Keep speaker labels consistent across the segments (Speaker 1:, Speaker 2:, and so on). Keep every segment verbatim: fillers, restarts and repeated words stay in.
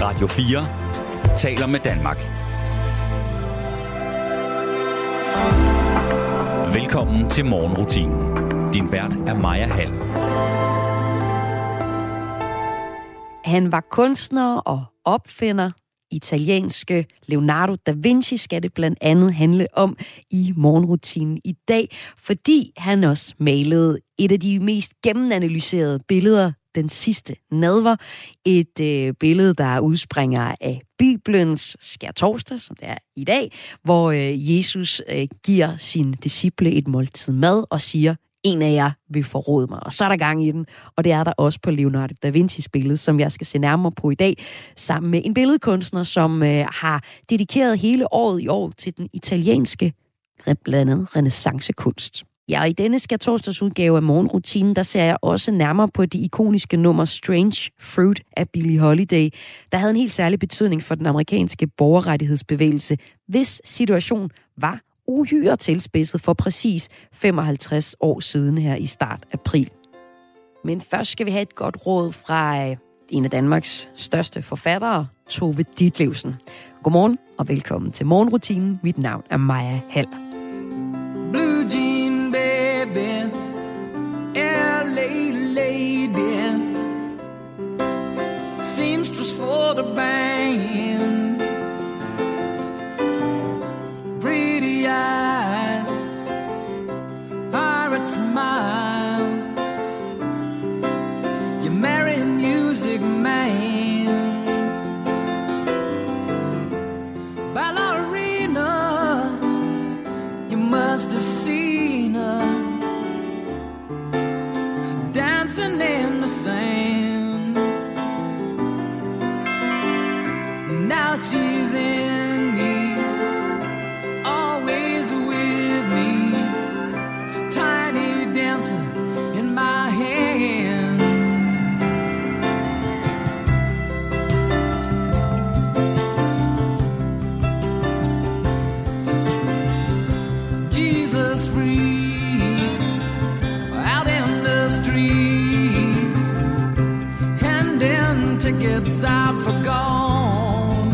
Speaker 1: Radio fire taler med Danmark. Velkommen til morgenrutinen. Din vært er Maja Hall.
Speaker 2: Han var kunstner og opfinder. Italienske Leonardo da Vinci skal det blandt andet handle om i morgenrutinen i dag, fordi han også malede et af de mest gennemanalyserede billeder, Den sidste nadver. Et øh, billede, der udspringer af Bibelens skærtorsdag, som det er i dag, hvor øh, Jesus øh, giver sine disciple et måltid mad og siger, en af jer vil forråde mig. Og så er der gang i den, og det er der også på Leonardo da Vincis billede, som jeg skal se nærmere på i dag, sammen med en billedkunstner, som øh, har dedikeret hele året i år til den italienske, blandt andet renæssancekunst. Ja, og i denne skærtorsdagsudgave af morgenrutinen, der ser jeg også nærmere på det ikoniske nummer Strange Fruit af Billie Holiday, der havde en helt særlig betydning for den amerikanske borgerrettighedsbevægelse, hvis situation var uhyre tilspidset for præcis femoghalvtreds år siden her i start april. Men først skal vi have et godt råd fra en af Danmarks største forfattere, Tove Ditlevsen. Godmorgen og velkommen til morgenrutinen. Mit navn er Maja Hall.
Speaker 3: Blue jean baby, L A lady, seamstress for the band, pretty eye, pirate smile, you marry music man, ballerina, you must have seen her dancing in the sand. Now she's in me, always with me, tiny dancer in my hand. Jesus freaks out in the street, handing tickets out for gone,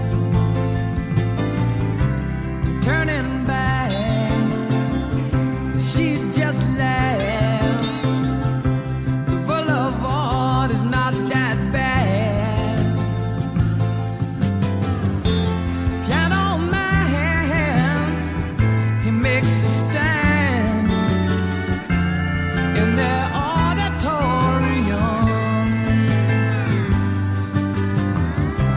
Speaker 3: turning back, she just laughs. The boulevard is not that bad. Piano man, he makes a stand in their auditorium.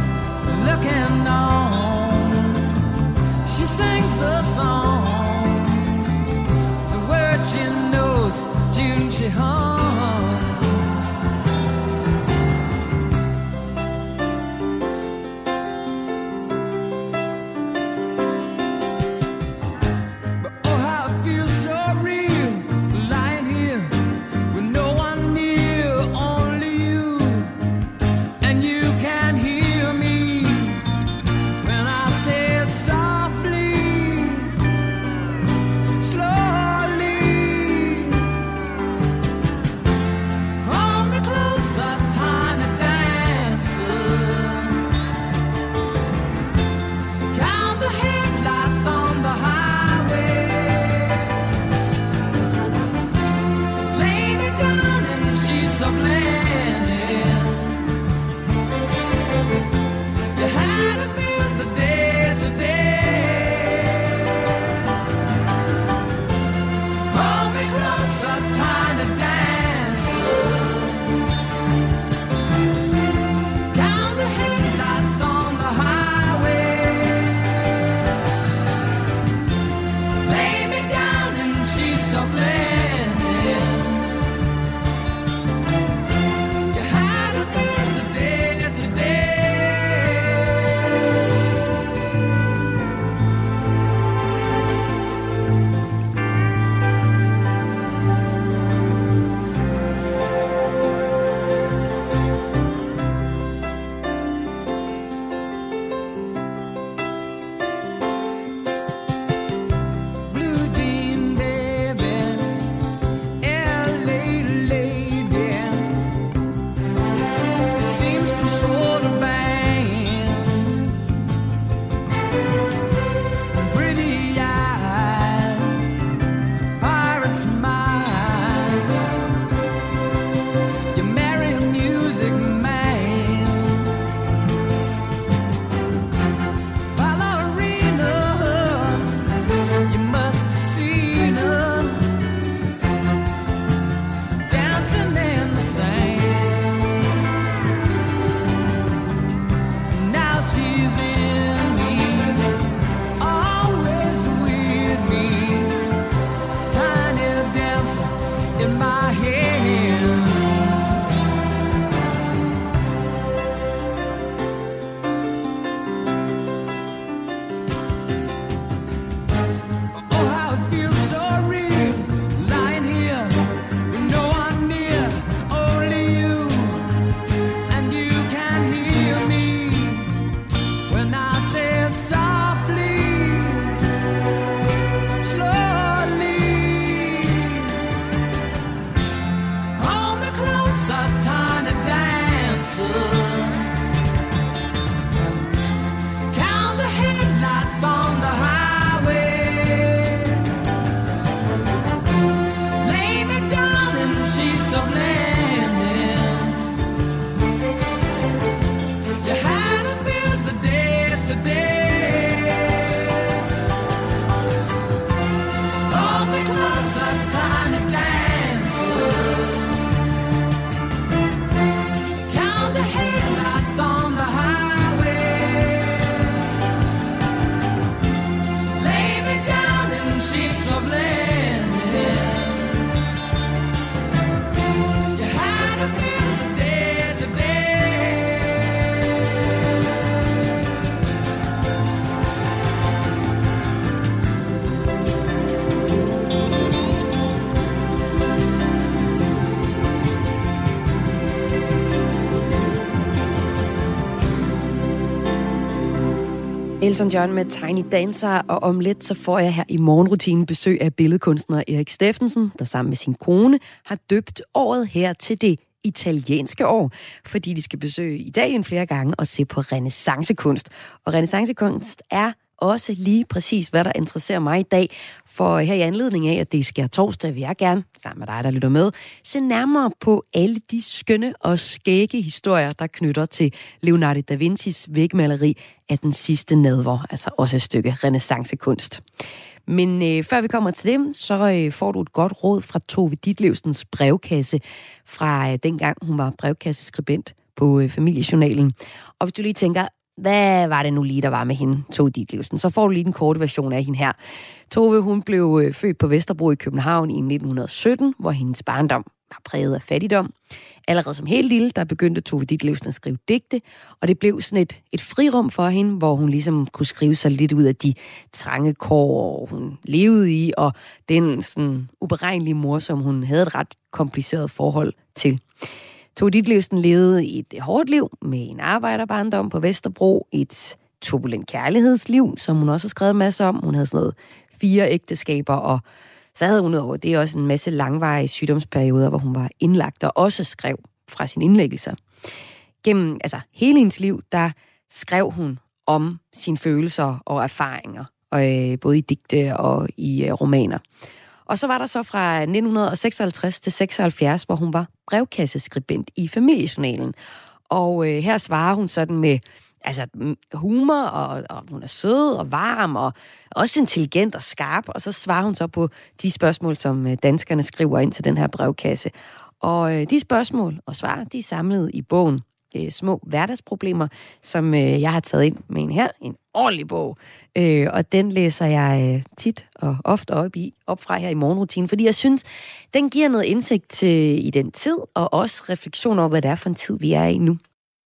Speaker 2: Elton John med Tiny Dancer, og om lidt så får jeg her i morgenrutinen besøg af billedkunstner Erik Steffensen, der sammen med sin kone har døbt året her til det italienske år, fordi de skal besøge Italien flere gange og se på renæssancekunst. Og renæssancekunst er også lige præcis, hvad der interesserer mig i dag. For her i anledning af, at det sker torsdag, vil jeg gerne, sammen med dig, der lytter med, se nærmere på alle de skønne og skægge historier, der knytter til Leonardo da Vincis vægmaleri af Den sidste nadver, altså også et stykke renæssancekunst. Men øh, før vi kommer til dem, så øh, får du et godt råd fra Tove Ditlevsens brevkasse fra øh, dengang hun var brevkasseskribent på øh, Familiejournalen. Og hvis du lige tænker, hvad var det nu lige, der var med hende, Tove Ditlevsen, så får du lige den korte version af hende her. Tove, hun blev øh, født på Vesterbro i København i nitten sytten, hvor hendes barndom var præget af fattigdom. Allerede som helt lille, der begyndte Tove Ditlevsen at skrive digte, og det blev sådan et, et frirum for hende, hvor hun ligesom kunne skrive sig lidt ud af de trange kår, hun levede i, og den sådan uberegnelige mor, som hun havde et ret kompliceret forhold til. Tove Ditlevsen levede et hårdt liv med en arbejderbarndom på Vesterbro, et turbulent kærlighedsliv, som hun også har skrevet masser om. Hun havde sådan noget fire ægteskaber, og så havde hun udover det også en masse langvarige sygdomsperioder, hvor hun var indlagt og også skrev fra sine indlæggelser. Gennem altså, hele hendes liv, der skrev hun om sine følelser og erfaringer, og, øh, både i digte og i øh, romaner. Og så var der så fra nitten seksoghalvtreds til seksoghalvfjerds, hvor hun var brevkasseskribent i Familiejournalen. Og øh, her svarer hun sådan med altså, humor, og, og hun er sød og varm, og også intelligent og skarp. Og så svarer hun så på de spørgsmål, som danskerne skriver ind til den her brevkasse. Og øh, de spørgsmål og svar, de er samlet i bogen øh, Små hverdagsproblemer, som øh, jeg har taget ind med en her, en ordentlig bog. Øh, og den læser jeg øh, tit og ofte op, i, op fra her i morgenrutinen, fordi jeg synes, den giver noget indsigt til, i den tid, og også refleksion over, hvad det er for en tid, vi er i nu.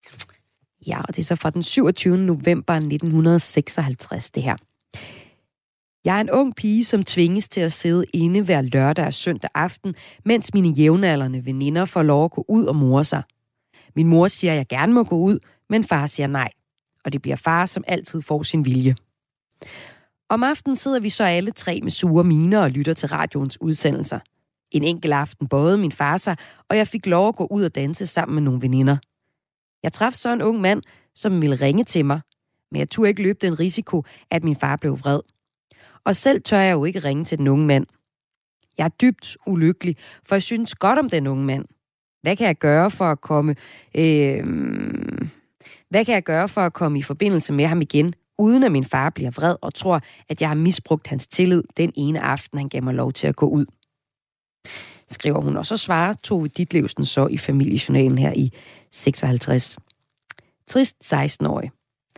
Speaker 2: Ja, og det er så fra den syvogtyvende november nitten seksoghalvtreds, det her. Jeg er en ung pige, som tvinges til at sidde inde hver lørdag og søndag aften, mens mine jævnaldrende veninder får lov at gå ud og more sig. Min mor siger, at jeg gerne må gå ud, men far siger nej. Og det bliver far, som altid får sin vilje. Om aftenen sidder vi så alle tre med sure miner og lytter til radioens udsendelser. En enkelt aften bøjede min far sig, og jeg fik lov at gå ud og danse sammen med nogle veninder. Jeg traf så en ung mand, som ville ringe til mig, men jeg turde ikke løbe den risiko, at min far blev vred. Og selv tør jeg jo ikke ringe til den unge mand. Jeg er dybt ulykkelig, for jeg synes godt om den unge mand. Hvad kan jeg gøre for at komme... Øh, hvad kan jeg gøre for at komme i forbindelse med ham igen, uden at min far bliver vred og tror, at jeg har misbrugt hans tillid den ene aften, han gav mig lov til at gå ud? Skriver hun, og så svarer Tove Ditlevsen så i Familiejournalen her i seksoghalvtreds. Trist seksten-årig.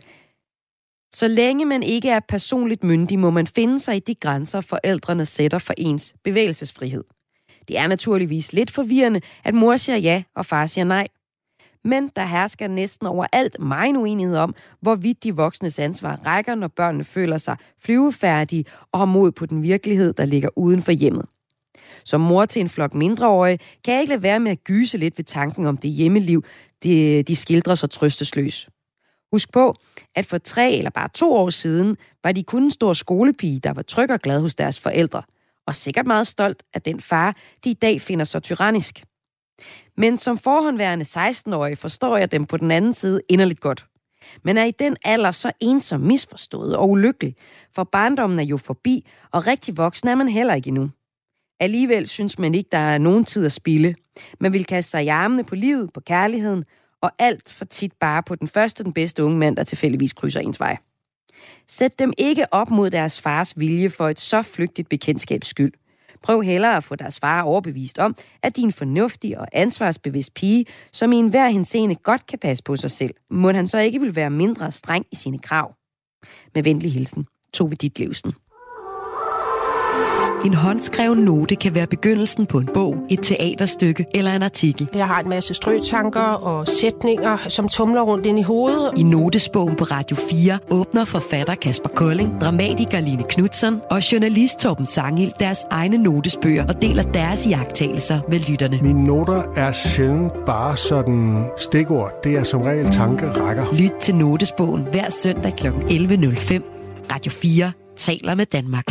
Speaker 2: Så længe man ikke er personligt myndig, må man finde sig i de grænser, forældrene sætter for ens bevægelsesfrihed. Det er naturligvis lidt forvirrende, at mor siger ja, og far siger nej. Men der hersker næsten overalt meget uenighed om, hvorvidt de voksnes ansvar rækker, når børnene føler sig flyvefærdige og har mod på den virkelighed, der ligger uden for hjemmet. Som mor til en flok mindreårige kan jeg ikke lade være med at gyse lidt ved tanken om det hjemmeliv, de, de skildrer så trøstesløs. Husk på, at for tre eller bare to år siden var de kun en stor skolepige, der var tryg og glad hos deres forældre, og sikkert meget stolt af den far, de i dag finder så tyrannisk. Men som forhåndværende seksten-årig forstår jeg dem på den anden side inderligt godt. Men er i den alder så ensom, misforstået og ulykkelig, for barndommen er jo forbi, og rigtig voksen er man heller ikke endnu. Alligevel synes man ikke, der er nogen tid at spilde. Man vil kaste sig i armene på livet, på kærligheden, og alt for tit bare på den første den bedste unge mand, der tilfældigvis krydser ens vej. Sæt dem ikke op mod deres fars vilje for et så flygtigt bekendtskabs skyld. Prøv hellere at få deres far overbevist om, at de er en fornuftig og ansvarsbevidst pige, som i enhver henseende godt kan passe på sig selv. Må han så ikke vil være mindre streng i sine krav? Med venlig hilsen, Tove Ditlevsen. En håndskreven note kan være begyndelsen på en bog, et teaterstykke eller en artikel.
Speaker 4: Jeg har en masse strøtanker og sætninger, som tumler rundt ind i hovedet.
Speaker 2: I notesbogen på Radio fire åbner forfatter Kasper Kolding, dramatiker Line Knutzon og journalist Torben Sanghild deres egne notesbøger og deler deres iagttagelser med lytterne.
Speaker 5: Mine noter er sjældent bare sådan stikord. Det er som regel tankerækker.
Speaker 2: Lyt til notesbogen hver søndag kl. elleve nul fem. Radio fire taler med Danmark.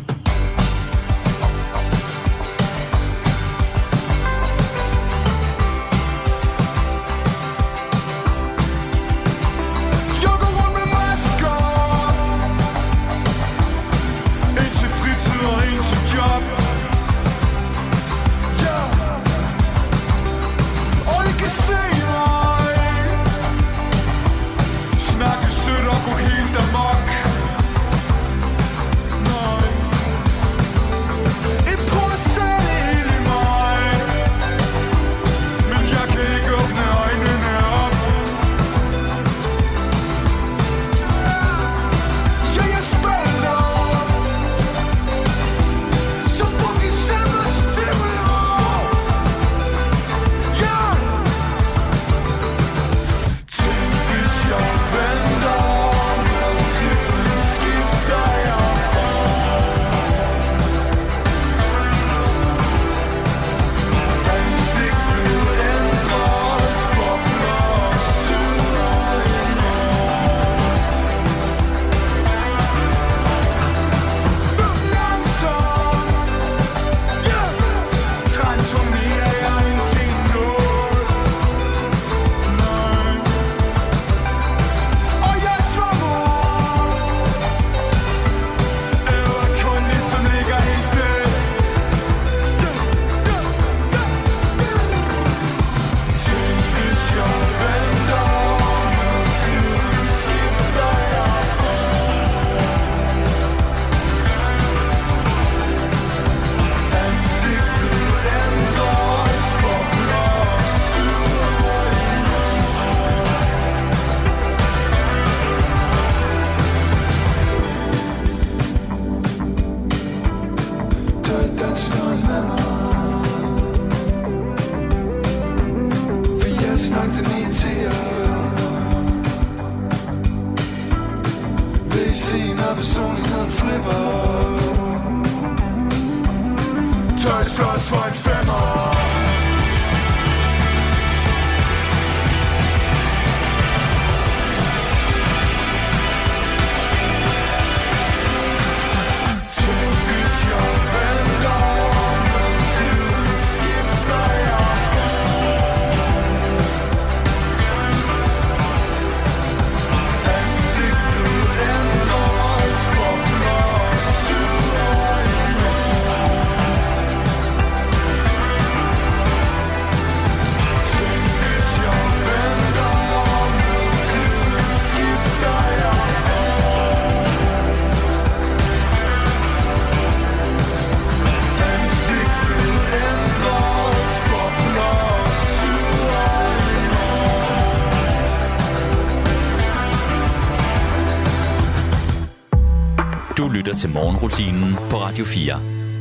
Speaker 1: Du lytter til morgenrutinen på Radio fire.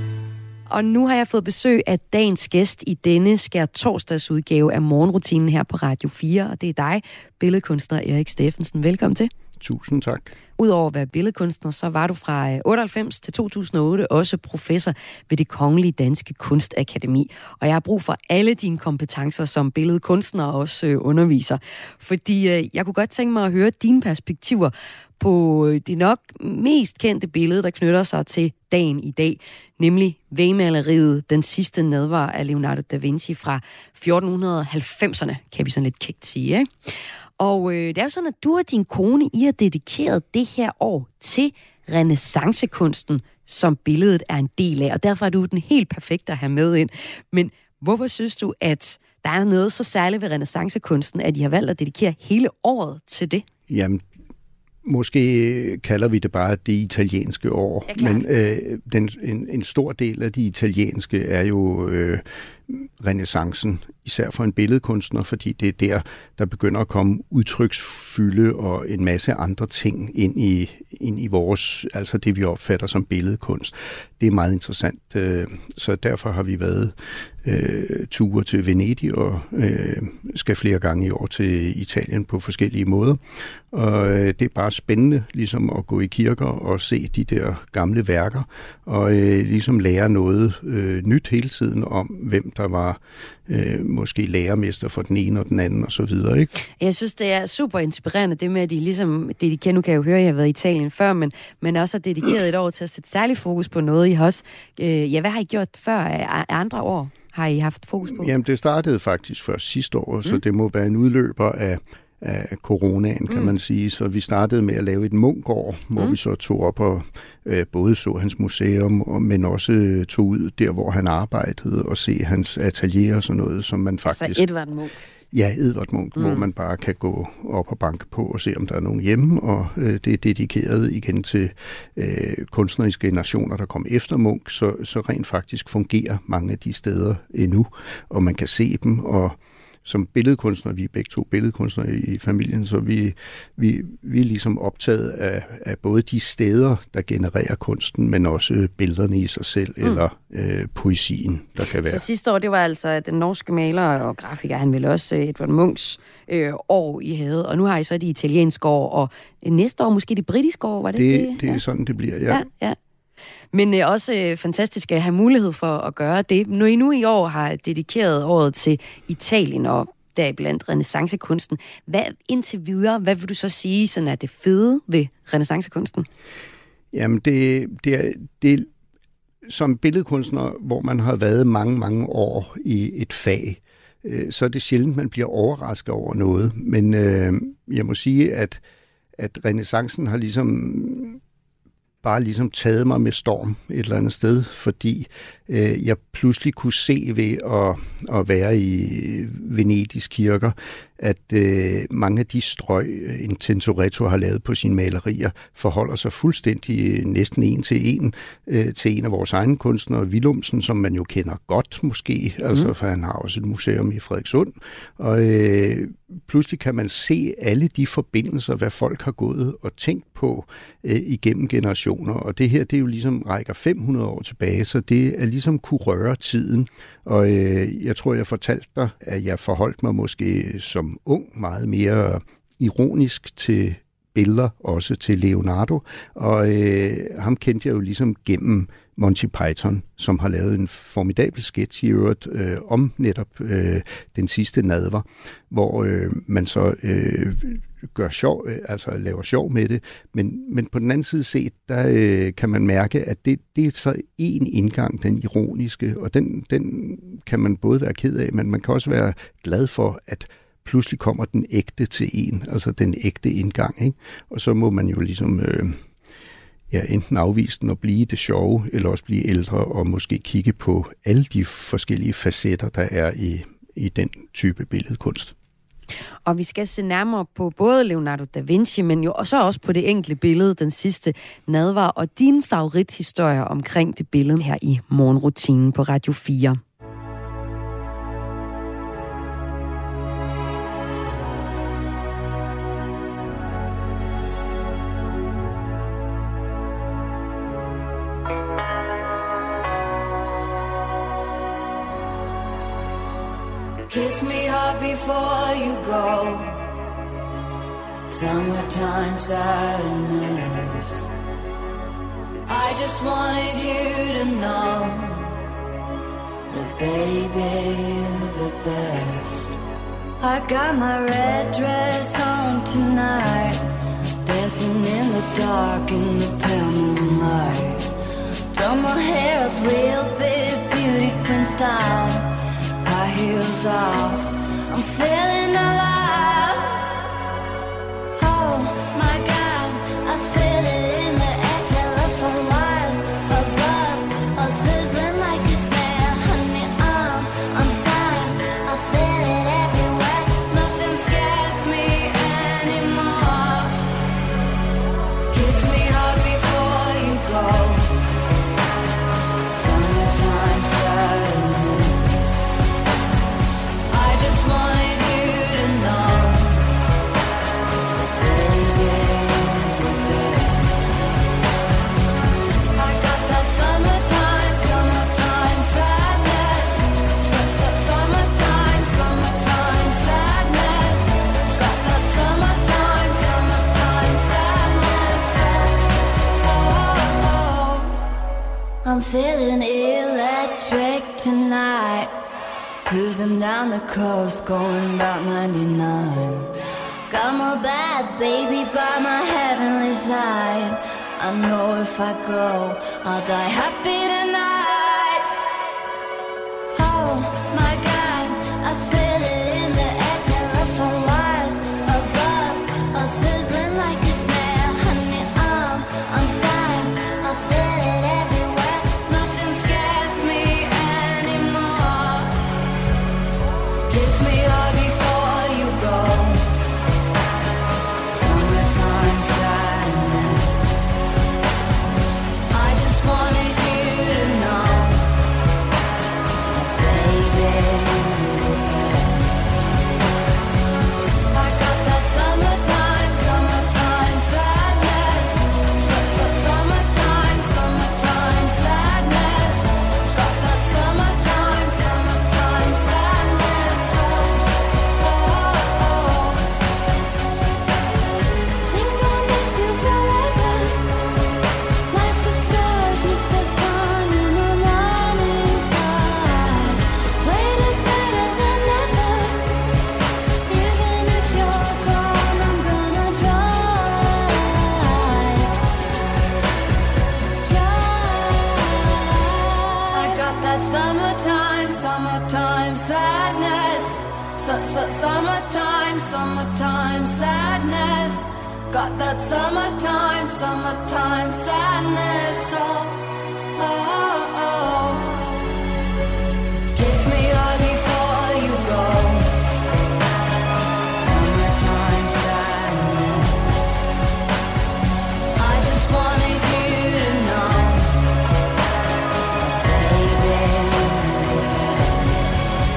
Speaker 2: Og nu har jeg fået besøg af dagens gæst i denne skær torsdagsudgave af morgenrutinen her på Radio fire. Og det er dig, billedkunstner Erik Steffensen. Velkommen til.
Speaker 6: Tusind tak.
Speaker 2: Udover at være billedkunstner, så var du fra otteoghalvfems til to tusind og otte også professor ved Det Kongelige Danske Kunstakademi. Og jeg har brug for alle dine kompetencer som billedkunstner og også øh, underviser. Fordi øh, jeg kunne godt tænke mig at høre dine perspektiver på det nok mest kendte billede, der knytter sig til dagen i dag, nemlig vægmaleriet Den sidste nadver af Leonardo da Vinci fra fjorten halvfemserne, kan vi sådan lidt kægt sige, ikke? Og øh, det er jo sådan, at du og din kone, I har dedikeret det her år til renæssancekunsten, som billedet er en del af, og derfor er du den helt perfekte at have med ind. Men hvorfor synes du, at der er noget så særligt ved renæssancekunsten, at I har valgt at dedikere hele året til det?
Speaker 6: Jamen, måske kalder vi det bare det italienske år,
Speaker 2: ja,
Speaker 6: men øh, den, en, en stor del af de italienske er jo øh, renæssancen, især for en billedkunstner, fordi det er der, der begynder at komme udtryksfylde og en masse andre ting ind i, ind i vores, altså det vi opfatter som billedkunst. Det er meget interessant, så derfor har vi været øh, ture til Venedig og øh, skal flere gange i år til Italien på forskellige måder. Og øh, det er bare spændende ligesom at gå i kirker og se de der gamle værker og øh, ligesom lære noget øh, nyt hele tiden om, hvem der var øh, måske lærermester for den ene og den anden og så videre, ikke?
Speaker 2: Jeg synes, det er super inspirerende, det med, at de ligesom dedikerer, nu kan jeg jo høre, at jeg har været i Italien før, men, men også har dedikeret et år til at sætte særlig fokus på noget, I har også. Øh, ja, hvad har I gjort før af andre år? Har I haft fokus på?
Speaker 6: Jamen, det startede faktisk først sidste år, mm. så det må være en udløber af af coronaen, kan mm. man sige. Så vi startede med at lave et Munch-år, hvor mm. vi så tog op og øh, både så hans museum, og, men også tog ud der, hvor han arbejdede, og se hans atelier og sådan noget, som man faktisk...
Speaker 2: Så Edvard Munch?
Speaker 6: Ja, Edvard Munch, mm. hvor man bare kan gå op og banke på og se, om der er nogen hjemme, og øh, det er dedikeret igen til øh, kunstneriske nationer, der kom efter Munch, så, så rent faktisk fungerer mange af de steder endnu, og man kan se dem, og som billedkunstnere, vi er begge to billedkunstnere i familien, så vi, vi, vi er ligesom optaget af, af både de steder, der genererer kunsten, men også billederne i sig selv, mm. eller øh, poesien, der kan være.
Speaker 2: Så sidste år, det var altså den norske maler og grafiker, han ville også Edvard Munchs øh, år, I havde, og nu har I så de italienske år, og næste år måske det britiske år, var det det?
Speaker 6: Det, det er ja. sådan, det bliver, ja.
Speaker 2: ja, ja. Men øh, også øh, fantastisk at have mulighed for at gøre det. Når I nu i år har dedikeret året til Italien og deriblandt renæssancekunsten, hvad indtil videre, hvad vil du så sige, sådan er det fede ved renæssancekunsten?
Speaker 6: Jamen, det, det, er, det er som billedkunstner, hvor man har været mange, mange år i et fag, øh, så er det sjældent, man bliver overrasket over noget. Men øh, jeg må sige, at, at renæssancen har ligesom... bare ligesom taget mig med storm et eller andet sted, fordi øh, jeg pludselig kunne se ved at, at være i Venedigs kirker, at øh, mange af de strøg, en Tintoretto har lavet på sine malerier, forholder sig fuldstændig næsten en til en øh, til en af vores egne kunstnere, Willumsen, som man jo kender godt måske, mm. altså for han har også et museum i Frederikssund, og øh, pludselig kan man se alle de forbindelser, hvad folk har gået og tænkt på øh, igennem generationer, og det her, det er jo ligesom rækker fem hundrede år tilbage, så det er ligesom kunne røre tiden, og øh, jeg tror, jeg fortalte dig, at jeg forholdt mig måske som ung meget mere ironisk til billeder, også til Leonardo, og øh, ham kendte jeg jo ligesom gennem Monty Python, som har lavet en formidabel sketch i øvrigt øh, om netop øh, den sidste nadver, hvor øh, man så øh, gør sjov, øh, altså laver sjov med det, men, men på den anden side set, der øh, kan man mærke, at det, det er så en indgang, den ironiske, og den, den kan man både være ked af, men man kan også være glad for, at pludselig kommer den ægte til en, altså den ægte indgang, ikke? Og så må man jo ligesom øh, ja, enten afvise den og blive det sjove, eller også blive ældre og måske kigge på alle de forskellige facetter, der er i, i den type billedkunst.
Speaker 2: Og vi skal se nærmere på både Leonardo da Vinci, men jo så også på det enkelte billede, den sidste nadvar, og din favorithistorie omkring det billede her i morgenrutinen på Radio fire.
Speaker 7: Kiss me hard before you go. Summertime sadness. I just wanted you to know that baby, you're the best. I got my red dress on tonight, dancing in the dark in the pale moonlight. Done my hair up real big, beauty queen style. High heels off, I'm feeling alive. Oh my God, I feel it in the air. Telephone wires above, all sizzling like a snare. Honey, I'm on fire, I feel it everywhere. Nothing scares me anymore. Kiss me hard before feeling electric tonight. Cruising down the coast, going about ninety-nine. Got my bad baby by my heavenly side. I know if I go, I'll die happy tonight. Oh my God, I feel it in the air. Telephone wires above, all sizzling like a snare. Honey, I'm on fire, I feel it everywhere. Nothing scares me anymore. Kiss me hard before you go. Summertime sadness. I just wanted you to know, baby, you're the best. I got that summertime, summertime sadness. Su- su- Summertime, summertime sadness. Got that summertime, summertime sadness. Oh, oh, oh. Think I'll miss you forever. Like the stars miss the sun in the morning sky. Wait is better than never. Even if you're gone, I'm gonna try. Try. I got that summertime, summertime sadness. Su- su- Summertime, summertime sadness. Got that summertime, summertime sadness. Oh, oh, oh. Kiss me hard before you go. Summertime sadness. I just wanted you to know, baby, you're the best.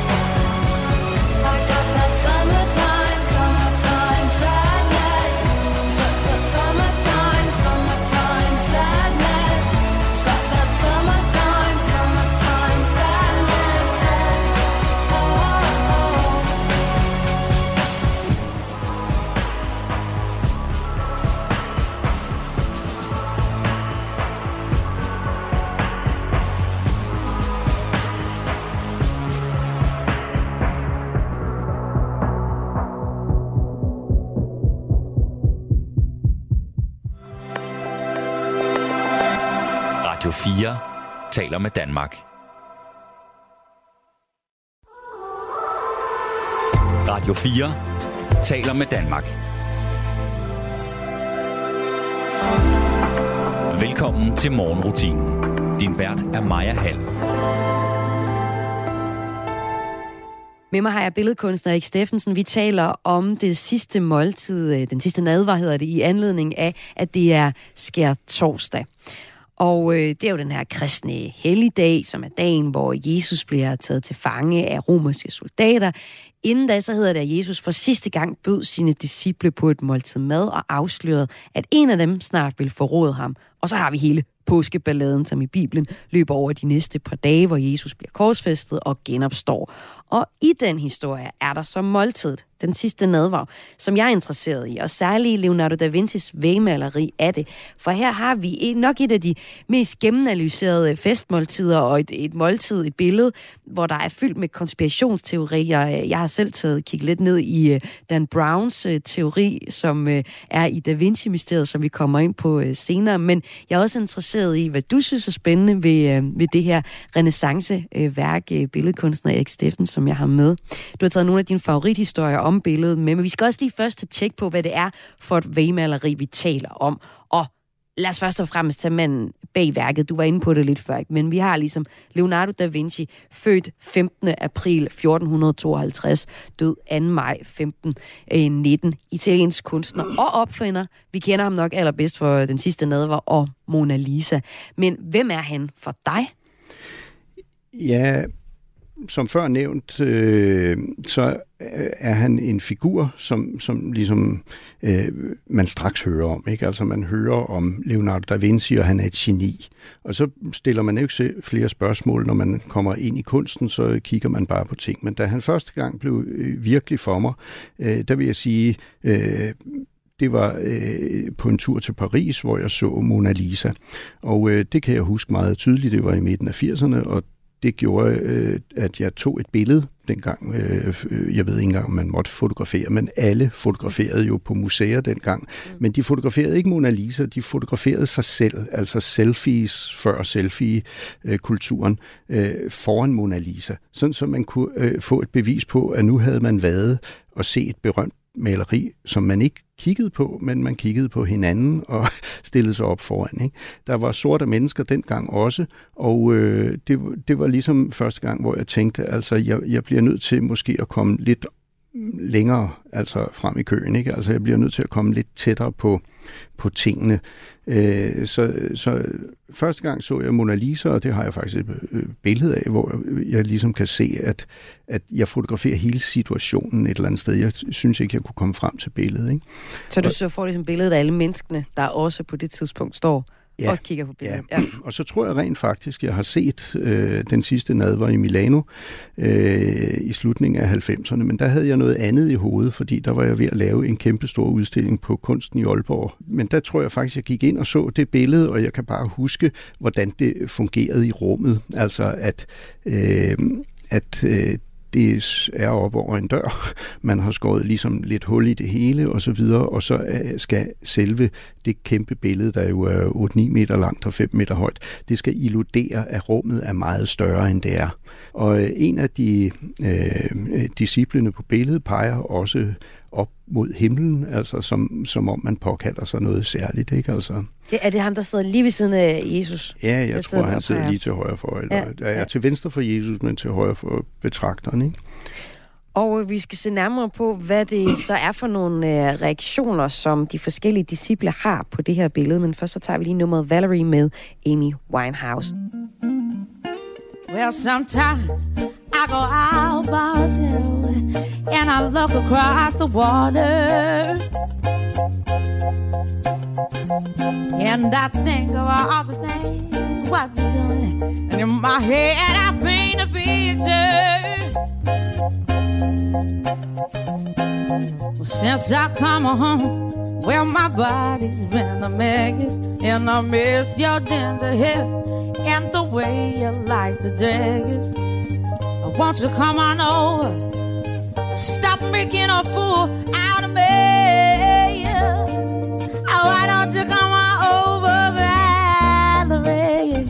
Speaker 7: I got that summertime, summertime sadness. Su- su- Summertime, summertime sadness. Got that summertime, summertime sadness. Oh, oh, oh.
Speaker 1: Radio fire taler med Danmark. Radio fire taler med Danmark. Velkommen til morgenrutinen. Din vært er Maja Hall.
Speaker 2: Med mig har jeg billedkunstner Erik Steffensen. Vi taler om det sidste måltid, den sidste nadver hedder det, i anledning af, at det er skærtorsdag. Og øh, det er jo den her kristne helligdag, som er dagen, hvor Jesus bliver taget til fange af romerske soldater. Inden da, så hedder det, at Jesus for sidste gang bød sine disciple på et måltid mad og afslørede, at en af dem snart vil forråde ham. Og så har vi hele påskeballaden, som i Bibelen løber over de næste par dage, hvor Jesus bliver korsfæstet og genopstår. Og i den historie er der så måltidet, den sidste nadver, som jeg er interesseret i, og særligt Leonardo da Vincis vægmaleri af det. For her har vi nok et af de mest gennemanalyserede festmåltider, og et, et måltid, et billede, hvor der er fyldt med konspirationsteorier. Jeg har selv taget kigget lidt ned i uh, Dan Browns uh, teori, som uh, er i Da Vinci-mysteriet, som vi kommer ind på uh, senere. Men jeg er også interesseret i, hvad du synes er spændende ved, uh, ved det her renæssance-værk, uh, billedkunstner Erik Steffen, som jeg har med. Du har taget nogle af dine favorithistorier om billedet med, men vi skal også lige først have tjek på, hvad det er for et vægmaleri, vi taler om. Og lad os først og fremmest tage manden bag værket. Du var inde på det lidt før, men vi har ligesom Leonardo da Vinci, født femtende april fjorten tooghalvtreds, død anden maj femten nitten, italiensk kunstner og opfinder. Vi kender ham nok allerbedst for Den sidste nadver og Mona Lisa. Men hvem er han for dig?
Speaker 6: Ja, som før nævnt, øh, så er han en figur, som, som ligesom øh, man straks hører om. Ikke? Altså man hører om Leonardo da Vinci, og han er et geni. Og så stiller man ikke flere spørgsmål, når man kommer ind i kunsten, så kigger man bare på ting. Men da han første gang blev øh, virkelig for mig, øh, der vil jeg sige, øh, det det var øh, på en tur til Paris, hvor jeg så Mona Lisa. Og øh, det kan jeg huske meget tydeligt. Det var i midten af firserne, og det gjorde, øh, at jeg tog et billede dengang. Øh, jeg ved ikke engang, om man måtte fotografere, men alle fotograferede jo på museer dengang. Men de fotograferede ikke Mona Lisa, de fotograferede sig selv, altså selfies før selfie-kulturen, øh, foran Mona Lisa. Sådan, så man kunne øh, få et bevis på, at nu havde man været og set et berømt maleri, som man ikke kiggede på, men man kiggede på hinanden og stillede sig op foran. Ikke? Der var sorte mennesker dengang også, og øh, det, det var ligesom første gang, hvor jeg tænkte, altså jeg, jeg bliver nødt til måske at komme lidt længere altså frem i køen. Ikke? Altså jeg bliver nødt til at komme lidt tættere på, på tingene. Øh, så, så første gang så jeg Mona Lisa, og det har jeg faktisk et billede af, hvor jeg ligesom kan se, at, at jeg fotograferer hele situationen et eller andet sted. Jeg synes ikke, jeg kunne komme frem til billedet. Ikke?
Speaker 2: Så du så får ligesom billedet af alle menneskene, der også på det tidspunkt står ja, og kigger på billedet.
Speaker 6: Ja. Ja. Og så tror jeg rent faktisk, jeg har set øh, den sidste nadver i Milano øh, i slutningen af halvfemserne, men der havde jeg noget andet i hovedet, fordi der var jeg ved at lave en kæmpe stor udstilling på Kunsten i Aalborg. Men der tror jeg faktisk, jeg gik ind og så det billede, og jeg kan bare huske, hvordan det fungerede i rummet. Altså at, øh, at øh, det er op over en dør. Man har skåret ligesom lidt hul i det hele, og så videre, og så skal selve det kæmpe billede, der jo er otte ni meter langt og fem meter højt, det skal illudere, at rummet er meget større, end det er. Og en af de øh, disciplene på billedet peger også op mod himlen, altså som, som om man påkalder sig noget særligt, ikke? Altså.
Speaker 2: Ja, er det ham, der sidder lige ved siden af Jesus?
Speaker 6: Ja, jeg tror, han sidder lige til højre for, eller ja, ja. er til venstre for Jesus, men til højre for betragteren, ikke?
Speaker 2: Og vi skal se nærmere på, hvad det så er for nogle øh, reaktioner, som de forskellige disciple har på det her billede. Men først så tager vi lige nummeret Valerie med Amy Winehouse.
Speaker 8: Well, sometimes I go out by myself and I look across the water and I think of all the things what you're doing, and in my head I paint a picture. Well, since I come home, well, my body's been a mess, and I miss your ginger hair and the way you like the daggers. Won't you come on over? Stop making a fool out of me. Oh, why don't you come on over, Valerie?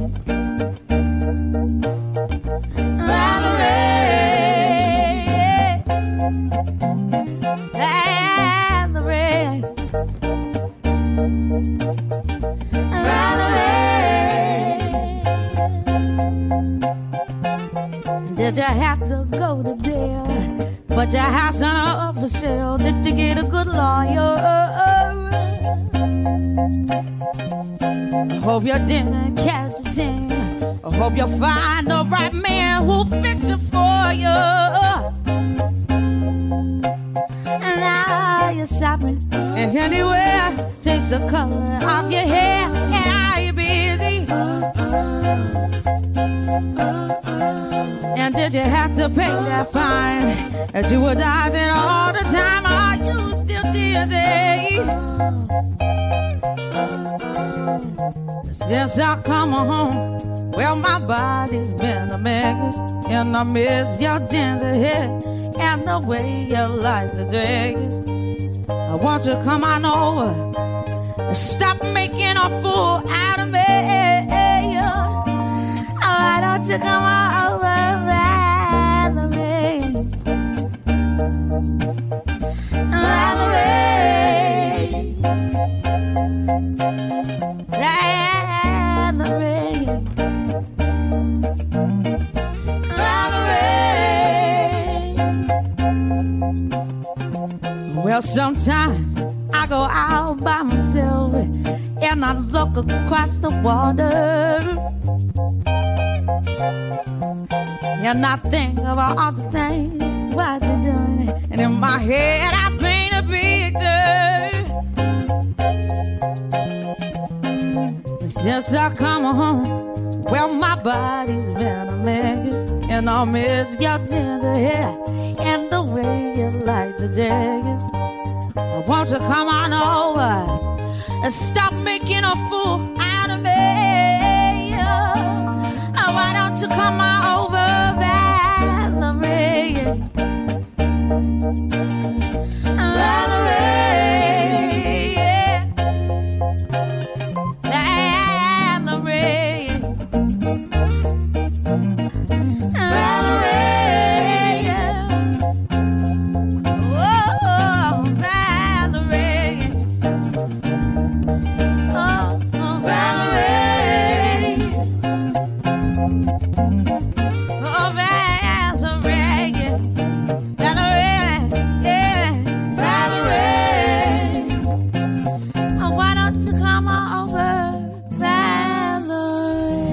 Speaker 8: Valerie. Valerie. Did you have to go to jail? But your house on up for sale. Did you get a good lawyer? I hope you didn't catch a thing. I hope you find the right man who'll fix it for you. And now you're shopping, and anywhere change the color of your hair. And are you busy? And did you have to pay that fine that you were dodging all the time? Are you still dizzy? Since I come home, well, my body's been a mess, and I miss your ginger hair and the way you like the dress. I want you to come on over and stop making a fool out of me. Why don't you come on over, Valerie? Valerie. Valerie. Valerie. Well, sometimes I go out by myself and I look across the water. And I think of all the things what you're doing, and in my head I paint a picture. Since I come home, well, my body's been a mess, and I miss your ginger hair and the way you like the daggers. won't you come on over and stop making a fool out of me? Oh, why don't you come on over, Valerie? Valerie, yeah. Valerie, Valerie, yeah. Oh, Valerie. Oh, oh, Valerie. Oh, Valerie, yeah. Valerie, yeah. Valerie. Oh, why don't you come on over, Valerie?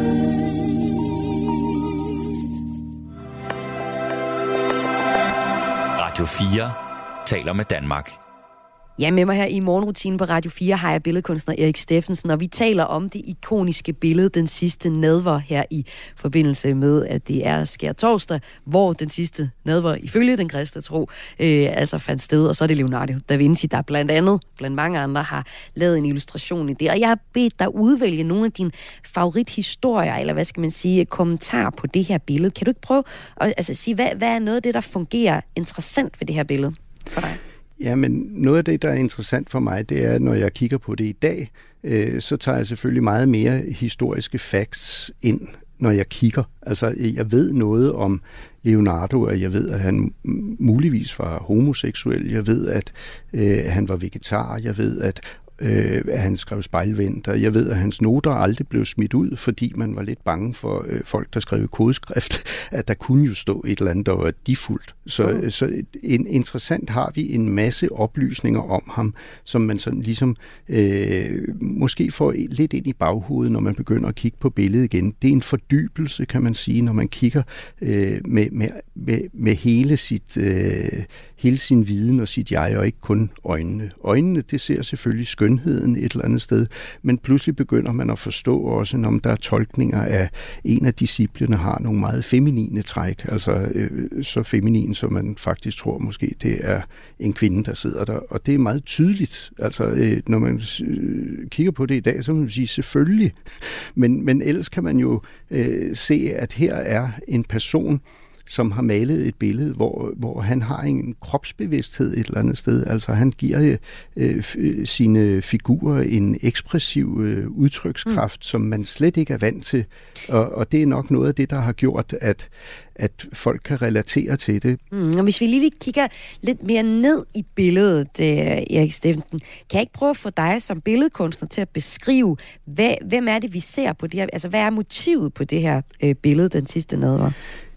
Speaker 1: Radio fire taler med Danmark.
Speaker 2: Ja, med mig her i morgenrutinen på Radio fire har jeg billedkunstner Erik Steffensen, og vi taler om det ikoniske billede, Den sidste nadver, her i forbindelse med, at det er skærtorsdag, hvor den sidste nadver ifølge den kristne tro øh, altså fandt sted, og så er det Leonardo da Vinci, der blandt andet, blandt mange andre, har lavet en illustration i det. Og jeg har bedt dig udvælge nogle af dine favorithistorier, eller hvad skal man sige, kommentarer på det her billede. Kan du ikke prøve at altså, sige, hvad, hvad er noget af det, der fungerer interessant ved det her billede for dig?
Speaker 6: Ja, men noget af det, der er interessant for mig, det er, når jeg kigger på det i dag, øh, så tager jeg selvfølgelig meget mere historiske facts ind, når jeg kigger. Altså, jeg ved noget om Leonardo, og jeg ved, at han muligvis var homoseksuel. Jeg ved, at øh, han var vegetar. Jeg ved, at Øh, at han skrev spejlvendt, og jeg ved, at hans noter aldrig blev smidt ud, fordi man var lidt bange for øh, folk, der skrev kodeskrift, at der kunne jo stå et eller andet, der var defuldt. Så, mm. så en, interessant har vi en masse oplysninger om ham, som man sådan ligesom øh, måske får lidt ind i baghovedet, når man begynder at kigge på billedet igen. Det er en fordybelse, kan man sige, når man kigger øh, med, med, med, med hele sit øh, hele sin viden og sit jeg, og ikke kun øjnene. Øjnene, det ser selvfølgelig skønheden et eller andet sted, men pludselig begynder man at forstå også, når der er tolkninger af en af disciplene har nogle meget feminine træk, altså øh, så feminin, som man faktisk tror måske, det er en kvinde, der sidder der, og det er meget tydeligt. Altså, øh, når man øh, kigger på det i dag, så kan man sige selvfølgelig, men, men ellers kan man jo øh, se, at her er en person, som har malet et billede, hvor, hvor han har en kropsbevidsthed et eller andet sted. Altså han giver øh, f- sine figurer en ekspressiv øh, udtrykskraft, mm. som man slet ikke er vant til. Og, og det er nok noget af det, der har gjort, at, at folk kan relatere til det.
Speaker 2: Mm, og hvis vi lige kigger lidt mere ned i billedet, øh, Erik Steffensen, kan jeg ikke prøve at få dig som billedkunstner til at beskrive, hvad, hvem er det, vi ser på det her? Altså, hvad er motivet på det her øh, billede, Den sidste nadver?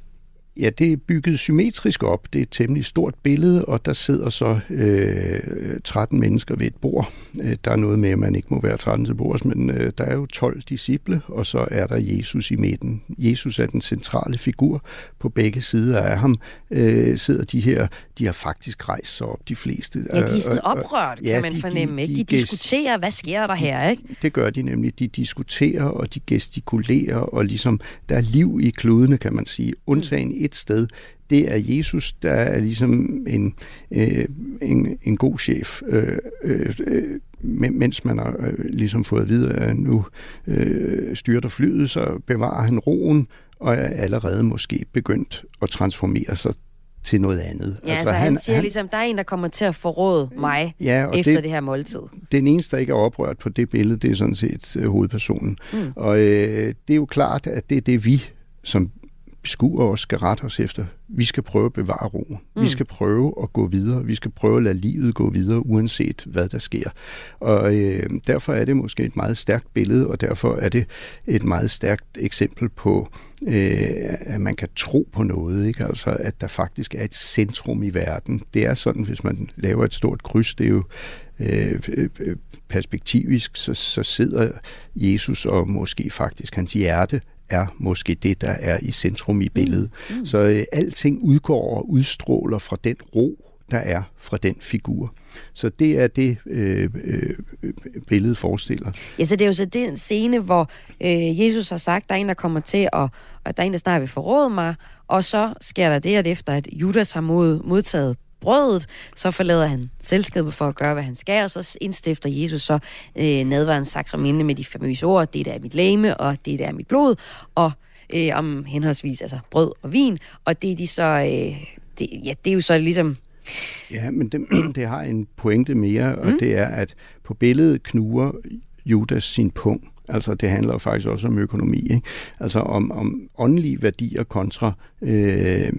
Speaker 6: Ja, det er bygget symmetrisk op. Det er et temmelig stort billede, og der sidder så øh, tretten mennesker ved et bord. Der er noget med, at man ikke må være tretten til bords, men øh, der er jo tolv disciple, og så er der Jesus i midten. Jesus er den centrale figur. På begge sider af ham øh, sidder de her, de har faktisk rejst sig op, de fleste.
Speaker 2: Ja, de er sådan oprørt,
Speaker 6: ja,
Speaker 2: kan man
Speaker 6: de,
Speaker 2: fornemme.
Speaker 6: De, de,
Speaker 2: de diskuterer, hvad sker der her, ikke?
Speaker 6: Det gør de nemlig. De diskuterer, og de gestikulerer, og ligesom, der er liv i kludene, kan man sige. Undtagen et sted, det er Jesus, der er ligesom en, øh, en, en god chef, øh, øh, mens man har øh, ligesom fået at vide, at nu øh, styrter flyet, så bevarer han roen, og er allerede måske begyndt at transformere sig til noget andet.
Speaker 2: Ja, altså, altså han, han siger han, ligesom, der er en, der kommer til at forråde mig ja, efter det, det her måltid.
Speaker 6: Den eneste, der ikke er oprørt på det billede, det er sådan set øh, hovedpersonen. Mm. Og øh, det er jo klart, at det er det, vi som beskuer os skal rette os efter. Vi skal prøve at bevare roen. Mm. Vi skal prøve at gå videre. Vi skal prøve at lade livet gå videre, uanset hvad der sker. Og øh, derfor er det måske et meget stærkt billede, og derfor er det et meget stærkt eksempel på, øh, at man kan tro på noget, ikke? Altså, at der faktisk er et centrum i verden. Det er sådan, hvis man laver et stort kryds, det er jo øh, perspektivisk, så, så sidder Jesus, og måske faktisk hans hjerte er måske det, der er i centrum i billedet. Mm. Mm. Så øh, alting udgår og udstråler fra den ro, der er fra den figur. Så det er det, øh, øh, billedet forestiller.
Speaker 2: Ja, så det er jo så den scene, hvor øh, Jesus har sagt, der er en, der kommer til, at, og der er en, der snart vil forråde mig, og så sker der det, at efter at Judas har mod, modtaget brødet, så forlader han selskabet for at gøre, hvad han skal, og så indstifter Jesus så øh, nadværens sakramente med de famøse ord, det der er mit legeme, og det der er mit blod, og øh, om henholdsvis altså brød og vin, og det er de så, øh, det, ja, det er jo så ligesom...
Speaker 6: Ja, men det, det har en pointe mere, og mm. det er, at på billedet knuger Judas sin pung. Altså, det handler faktisk også om økonomi, ikke? Altså om, om åndelige værdier kontra øh,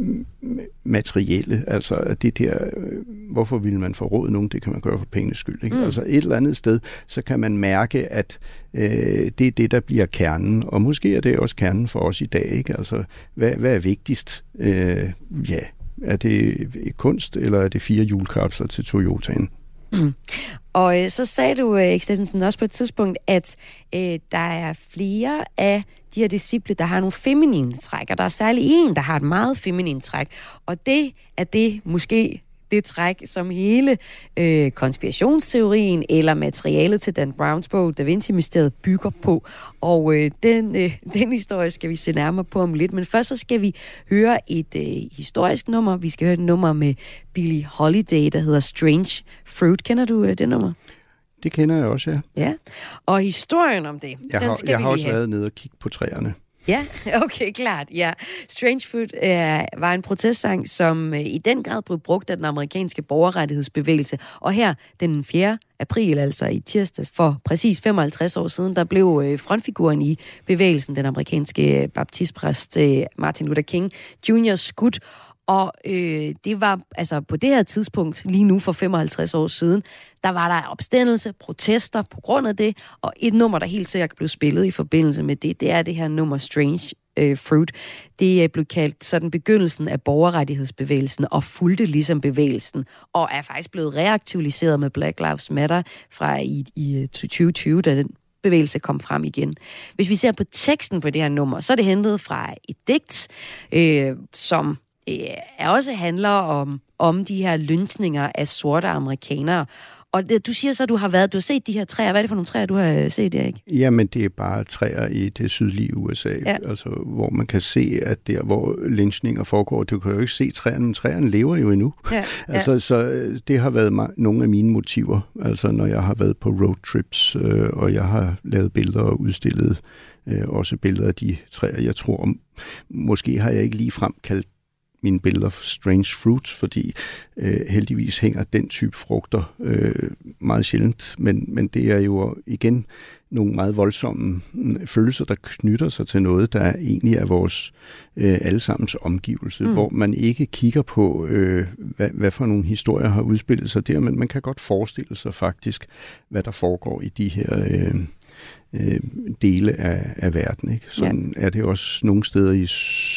Speaker 6: materielle. Altså det der, øh, hvorfor vil man forråde nogen? Det kan man gøre for pengenes skyld, ikke? Mm. Altså et eller andet sted, så kan man mærke, at øh, det er det, der bliver kernen. Og måske er det også kernen for os i dag, ikke? Altså, hvad, hvad er vigtigst? Øh, ja, er det kunst, eller er det fire hjulkapsler til Toyotaen?
Speaker 2: Mm. Og øh, så sagde du, Erik Steffensen, også på et tidspunkt, at øh, der er flere af de her disciple, der har nogle feminine træk, og der er særlig en, der har et meget feminine træk, og det er det måske det træk, som hele øh, konspirationsteorien eller materialet til Dan Browns bog Da Vinci-mysteriet bygger på. Og øh, den, øh, den historie skal vi se nærmere på om lidt. Men først så skal vi høre et øh, historisk nummer. Vi skal høre et nummer med Billie Holiday, der hedder Strange Fruit. Kender du øh, det nummer?
Speaker 6: Det kender jeg også, ja.
Speaker 2: Ja, og historien om det,
Speaker 6: jeg
Speaker 2: den
Speaker 6: har,
Speaker 2: skal
Speaker 6: jeg
Speaker 2: vi
Speaker 6: har
Speaker 2: lige
Speaker 6: også
Speaker 2: have.
Speaker 6: været nede og kigge på træerne.
Speaker 2: Ja, okay, klart, ja. Strange Fruit øh, var en protestsang, som øh, i den grad blev brugt af den amerikanske borgerrettighedsbevægelse. Og her, den fjerde april, altså i tirsdags, for præcis femoghalvtreds år siden, der blev øh, frontfiguren i bevægelsen, den amerikanske baptistpræst øh, Martin Luther King junior skudt. Og øh, det var altså på det her tidspunkt, lige nu for femoghalvtreds år siden, der var der opstandelse, protester på grund af det, og et nummer, der helt sikkert blev spillet i forbindelse med det, det er det her nummer Strange øh, Fruit. Det er blevet kaldt sådan begyndelsen af borgerrettighedsbevægelsen, og fulgte ligesom bevægelsen, og er faktisk blevet reaktualiseret med Black Lives Matter fra i, i tyve tyve, da den bevægelse kom frem igen. Hvis vi ser på teksten på det her nummer, så er det hentet fra et digt, øh, som er også handler om, om de her lynchninger af sorte amerikanere. Og det, du siger så, at du har været, du har set de her træer. Hvad er det for nogle træer, du har set, Erik?
Speaker 6: Jamen, det er bare træer i det sydlige U S A, ja. Altså, hvor man kan se, at der, hvor lynchninger foregår, du kan jo ikke se træerne, men træerne lever jo endnu. Ja, altså, ja. Så det har været ma- nogle af mine motiver, altså når jeg har været på roadtrips, øh, og jeg har lavet billeder og udstillet øh, også billeder af de træer, jeg tror om. Måske har jeg ikke lige frem kaldt mine billeder for Strange Fruits, fordi øh, heldigvis hænger den type frugter øh, meget sjældent, men, men det er jo igen nogle meget voldsomme øh, følelser, der knytter sig til noget, der egentlig er vores øh, allesammens omgivelse, mm. hvor man ikke kigger på, øh, hvad, hvad for nogle historier har udspillet sig der, men man kan godt forestille sig faktisk, hvad der foregår i de her øh, øh, dele af, af verden. Ikke? Sådan ja. Er det også nogle steder i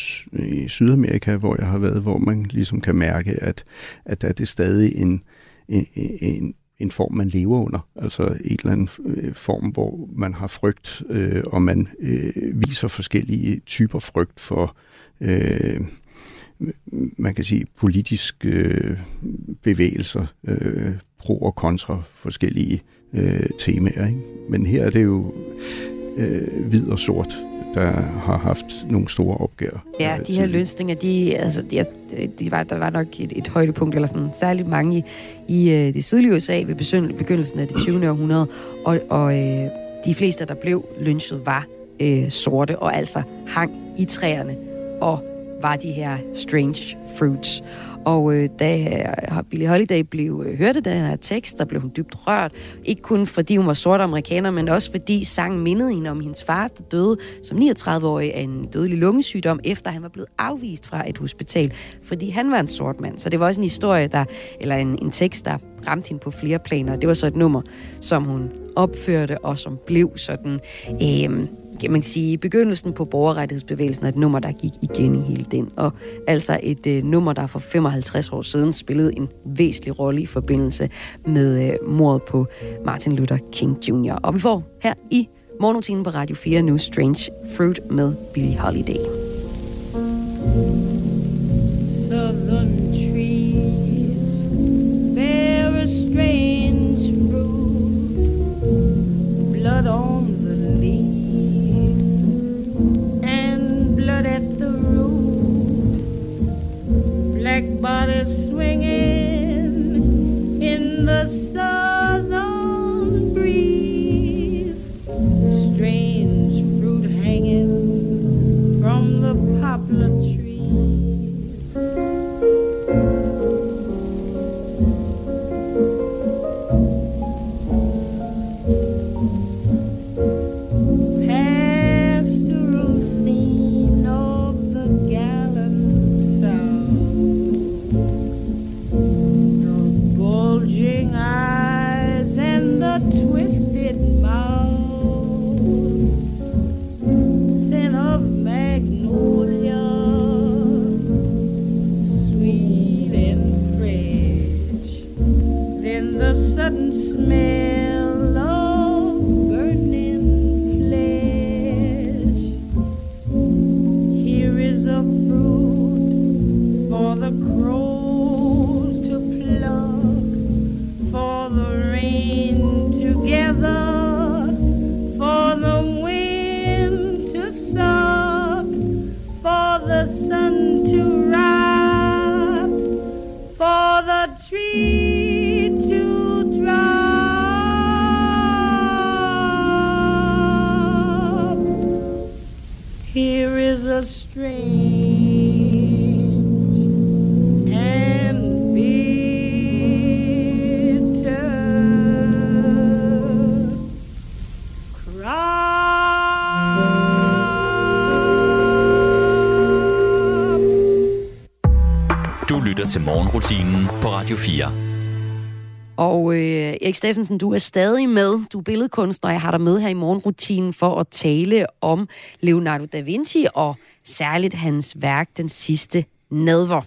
Speaker 6: i Sydamerika, hvor jeg har været, hvor man ligesom kan mærke, at, at der er det stadig en, en, en, en form, man lever under. Altså en eller anden form, hvor man har frygt, øh, og man øh, viser forskellige typer frygt for, øh, man kan sige, politiske øh, bevægelser, øh, pro og kontra forskellige øh, temaer. Ikke? Men her er det jo øh, hvid og sort, der har haft nogle store opgaver.
Speaker 2: Ja, de her løsninger, de, altså, de, de var, der var nok et, et højdepunkt, eller sådan særligt mange i, i det sydlige U S A ved begyndelsen af det tyvende århundrede, og, og øh, de fleste, der blev lynchet, var øh, sorte, og altså hang i træerne, og var de her strange fruits. Og øh, da Billie Holiday blev øh, hørte den her tekst, der blev hun dybt rørt. Ikke kun fordi hun var sort amerikaner, men også fordi sangen mindede hende om hendes far, der døde som niogtredive-årig af en dødelig lungesygdom, efter han var blevet afvist fra et hospital, fordi han var en sort mand. Så det var også en historie, der, eller en, en tekst, der ramte hende på flere planer. Det var så et nummer, som hun opførte, og som blev sådan... Øh, kan man sige, begyndelsen på borgerrettighedsbevægelsen er et nummer, der gik igen i hele den. Og altså et øh, nummer, der for femoghalvtreds år siden spillede en væsentlig rolle i forbindelse med øh, mordet på Martin Luther King junior Og vi får her i morgenrutinen på Radio fire nu Strange Fruit med Billie Holiday.
Speaker 8: Southern trees bear a strange fruit, blood on the leaves at the root, black bodies swinging laughing eyes and the twisted mouth, scent of magnolia, sweet and fresh, then the sudden smell of burning flesh. Here is a fruit for the crows to pluck, for the rain to gather, for the wind to suck, for the sun to rot, for the tree to drop. Here is a strange and bitter crop.
Speaker 1: Du lytter til morgenrutinen på Radio fire.
Speaker 2: Og øh, Erik Steffensen, du er stadig med. Du er billedkunstner, og jeg har dig med her i morgenrutinen for at tale om Leonardo da Vinci og særligt hans værk Den sidste nadver.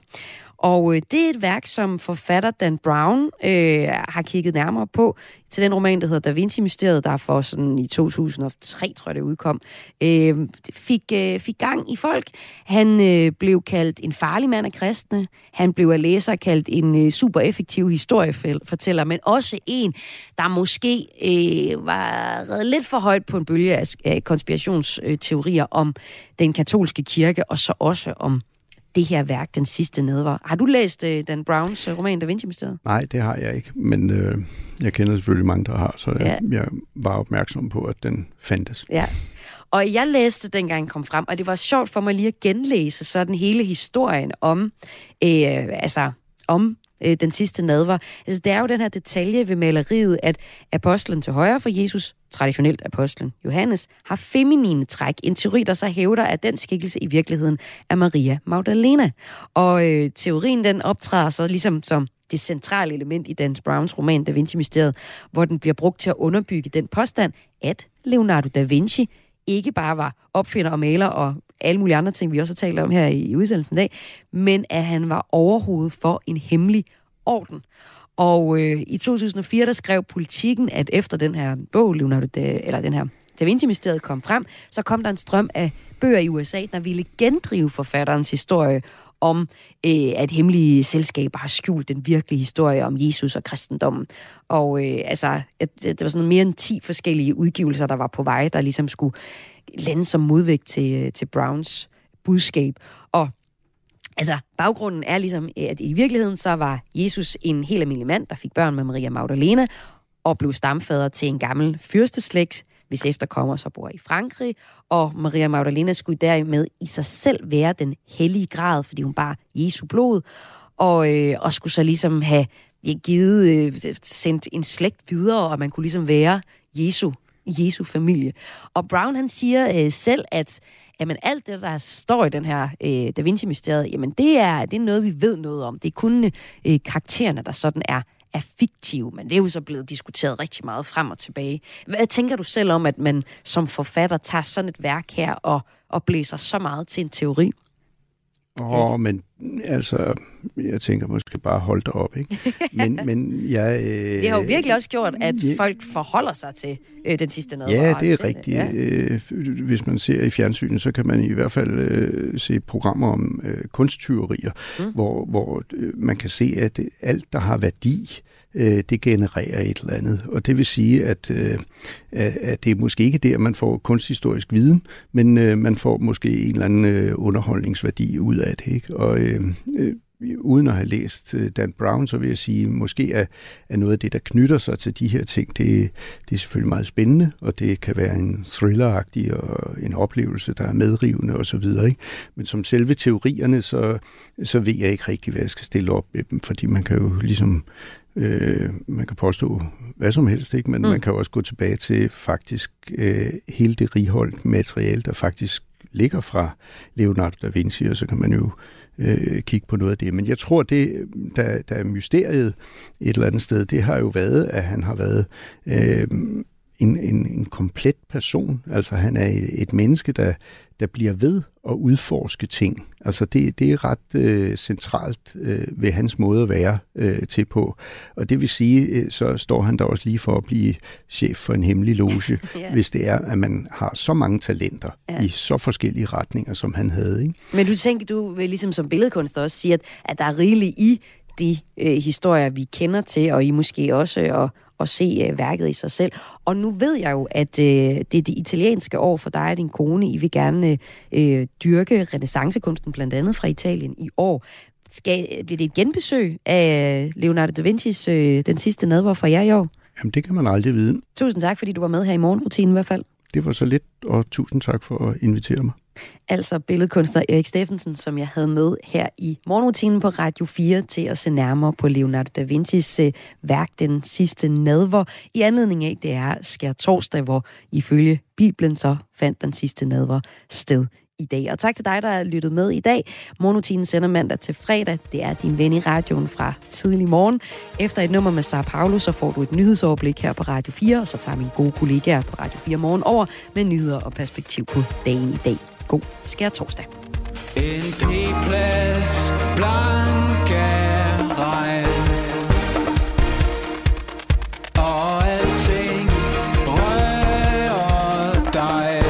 Speaker 2: Og øh, det er et værk, som forfatter Dan Brown øh, har kigget nærmere på til den roman, der hedder Da Vinci-mysteriet, der for sådan i to tusind og tre, tror jeg det udkom, øh, fik, øh, fik gang i folk. Han øh, blev kaldt en farlig mand af kristne. Han blev af læsere kaldt en øh, super effektiv historiefortæller, men også en, der måske øh, var reddet lidt for højt på en bølge af, af konspirationsteorier om den katolske kirke, og så også om det her værk, Den sidste nadver. Har du læst øh, Dan Browns øh, roman Da Vinci-mysteriet?
Speaker 6: Nej, det har jeg ikke, men øh, jeg kender selvfølgelig mange, der har, så jeg,
Speaker 2: Ja.
Speaker 6: jeg var opmærksom på, at den fandtes.
Speaker 2: Ja. Og jeg læste dengang den kom frem, og det var sjovt for mig lige at genlæse sådan hele historien om, øh, altså om øh, den sidste nadver. Altså, det er jo den her detalje ved maleriet, at apostlen til højre for Jesus, traditionelt apostlen Johannes, har feminine træk. En teori, der så hævder, at den skikkelse i virkeligheden er Maria Magdalena. Og øh, teorien, den optræder så ligesom som det centrale element i Dan Browns roman Da Vinci-mysteriet, hvor den bliver brugt til at underbygge den påstand, at Leonardo da Vinci ikke bare var opfinder og maler og alle mulige andre ting, vi også har talt om her i udsendelsen i dag, men at han var overhovedet for en hemmelig orden. Og øh, i to tusind og fire, der skrev Politiken, at efter den her bog, Leonardo da, eller den her Da Vinci-mysteriet kom frem, så kom der en strøm af bøger i U S A, der ville gendrive forfatterens historie om, øh, at hemmelige selskaber har skjult den virkelige historie om Jesus og kristendommen. Og øh, altså, det var sådan mere end ti forskellige udgivelser, der var på vej, der ligesom skulle lande som modvægt til, til Browns budskab. Og altså, baggrunden er ligesom, at i virkeligheden så var Jesus en helt almindelig mand, der fik børn med Maria Magdalena, og blev stamfader til en gammel fyrsteslægt, hvis efterkommer så bor i Frankrig, og Maria Magdalena skulle dermed i sig selv være den hellige grad, fordi hun bar Jesu blod, og, øh, og skulle så ligesom have givet, øh, sendt en slægt videre, og man kunne ligesom være Jesu, Jesu familie. Og Brown, han siger øh, selv, at jamen, alt det, der står i den her øh, Da Vinci-mysteriet, jamen det er, det er noget, vi ved noget om. Det er kun øh, karaktererne, der sådan er er fiktive, men det er jo så blevet diskuteret rigtig meget frem og tilbage. Hvad tænker du selv om, at man som forfatter tager sådan et værk her og, og blæser så meget til en teori?
Speaker 6: Åh, oh, men altså, jeg tænker måske bare hold dig op, ikke? Men, men jeg... Øh,
Speaker 2: det har jo virkelig også gjort, at
Speaker 6: ja,
Speaker 2: folk forholder sig til øh, den sidste nadver.
Speaker 6: Ja, det er rigtigt.
Speaker 2: Ja.
Speaker 6: Øh, hvis man ser i fjernsynet, så kan man i hvert fald øh, se programmer om øh, kunsttyverier, mm. hvor, hvor øh, man kan se, at alt, der har værdi, det genererer et eller andet. Og det vil sige, at, at det er måske ikke der, man får kunsthistorisk viden, men man får måske en eller anden underholdningsværdi ud af det. Ikke? Og øh, uden at have læst Dan Brown, så vil jeg sige, måske er, er noget af det, der knytter sig til de her ting, det, det er selvfølgelig meget spændende, og det kan være en thrilleragtig og en oplevelse, der er medrivende osv. Men som selve teorierne, så, så ved jeg ikke rigtig, hvad jeg skal stille op med dem, fordi man kan jo ligesom Øh, man kan påstå hvad som helst, ikke? Men mm. man kan også gå tilbage til faktisk øh, hele det righoldt materiale, der faktisk ligger fra Leonardo da Vinci, og så kan man jo øh, kigge på noget af det. Men jeg tror, det der, der er mysteriet et eller andet sted, det har jo været, at han har været øh, en, en, en komplet person. Altså han er et, et menneske, der, der bliver ved at udforske ting. Altså det, det er ret øh, centralt øh, ved hans måde at være øh, til på. Og det vil sige, øh, så står han der også lige for at blive chef for en hemmelig loge, ja. Hvis det er, at man har så mange talenter ja. I så forskellige retninger, som han havde. Ikke?
Speaker 2: Men du tænker, du vil ligesom som billedkunstner også sige, at, at der er rigeligt i de øh, historier, vi kender til, og I måske også at, at se øh, værket i sig selv. Og nu ved jeg jo, at øh, det er det italienske år for dig og din kone. I vil gerne øh, dyrke renæssancekunsten, blandt andet fra Italien i år. Skal, bliver det et genbesøg af Leonardo da Vincis øh, Den sidste nadver fra jer i år?
Speaker 6: Jamen, det kan man aldrig vide.
Speaker 2: Tusind tak, fordi du var med her i morgenrutinen i hvert fald.
Speaker 6: Det var så lidt, og tusind tak for at invitere mig.
Speaker 2: Altså billedkunstner Erik Steffensen, som jeg havde med her i morgenrutinen på Radio fire til at se nærmere på Leonardo da Vincis øh, værk Den sidste nadver. I anledning af, det er skærtorsdag, hvor ifølge Bibelen så fandt Den sidste nadver sted i dag. Og tak til dig, der har lyttet med i dag. Morgenrutinen sender mandag til fredag. Det er din ven i radioen fra tidlig morgen. Efter et nummer med Sara Paulo, så får du et nyhedsoverblik her på Radio fire, og så tager mine gode kollegaer på Radio fire morgen over med nyheder og perspektiv på dagen i dag. God skærtorsdag.
Speaker 3: En P-plads blanke regn, og alting rører dig,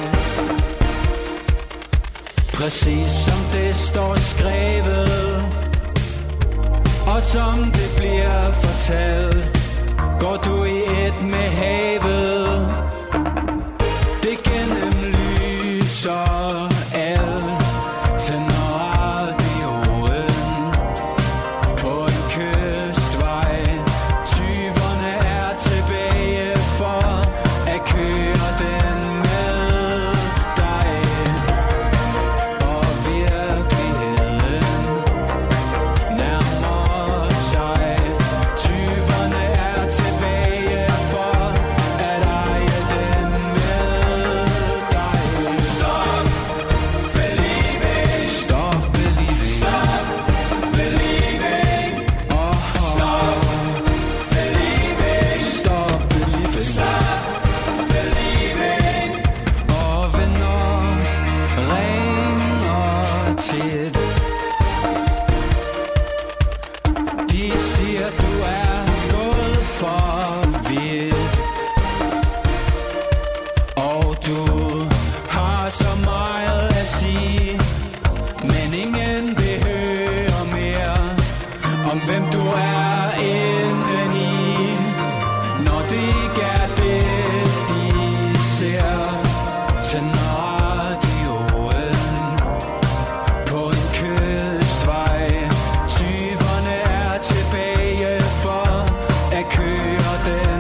Speaker 3: præcis som det står skrevet, og som det bliver fortalt, går du i et med havet. Det gennemlyser alt til når radioen på en kystvej. Tyverne er tilbage for at køre den med dig, og virkeligheden nærmer sig. Tyverne er tilbage for at eje den med dig. Stop believing. Stop believing. Stop believing. Oh, stop believing. Stop believing. Stop believing. Og venner ringer tit. De siger du er gået for vidt, og du har så meget at sige, men ingen vil høre mere om hvem du er indeni, når det ikke er det, de ser. Tænder radioen på en kystvej. Tyverne er tilbage for at køre den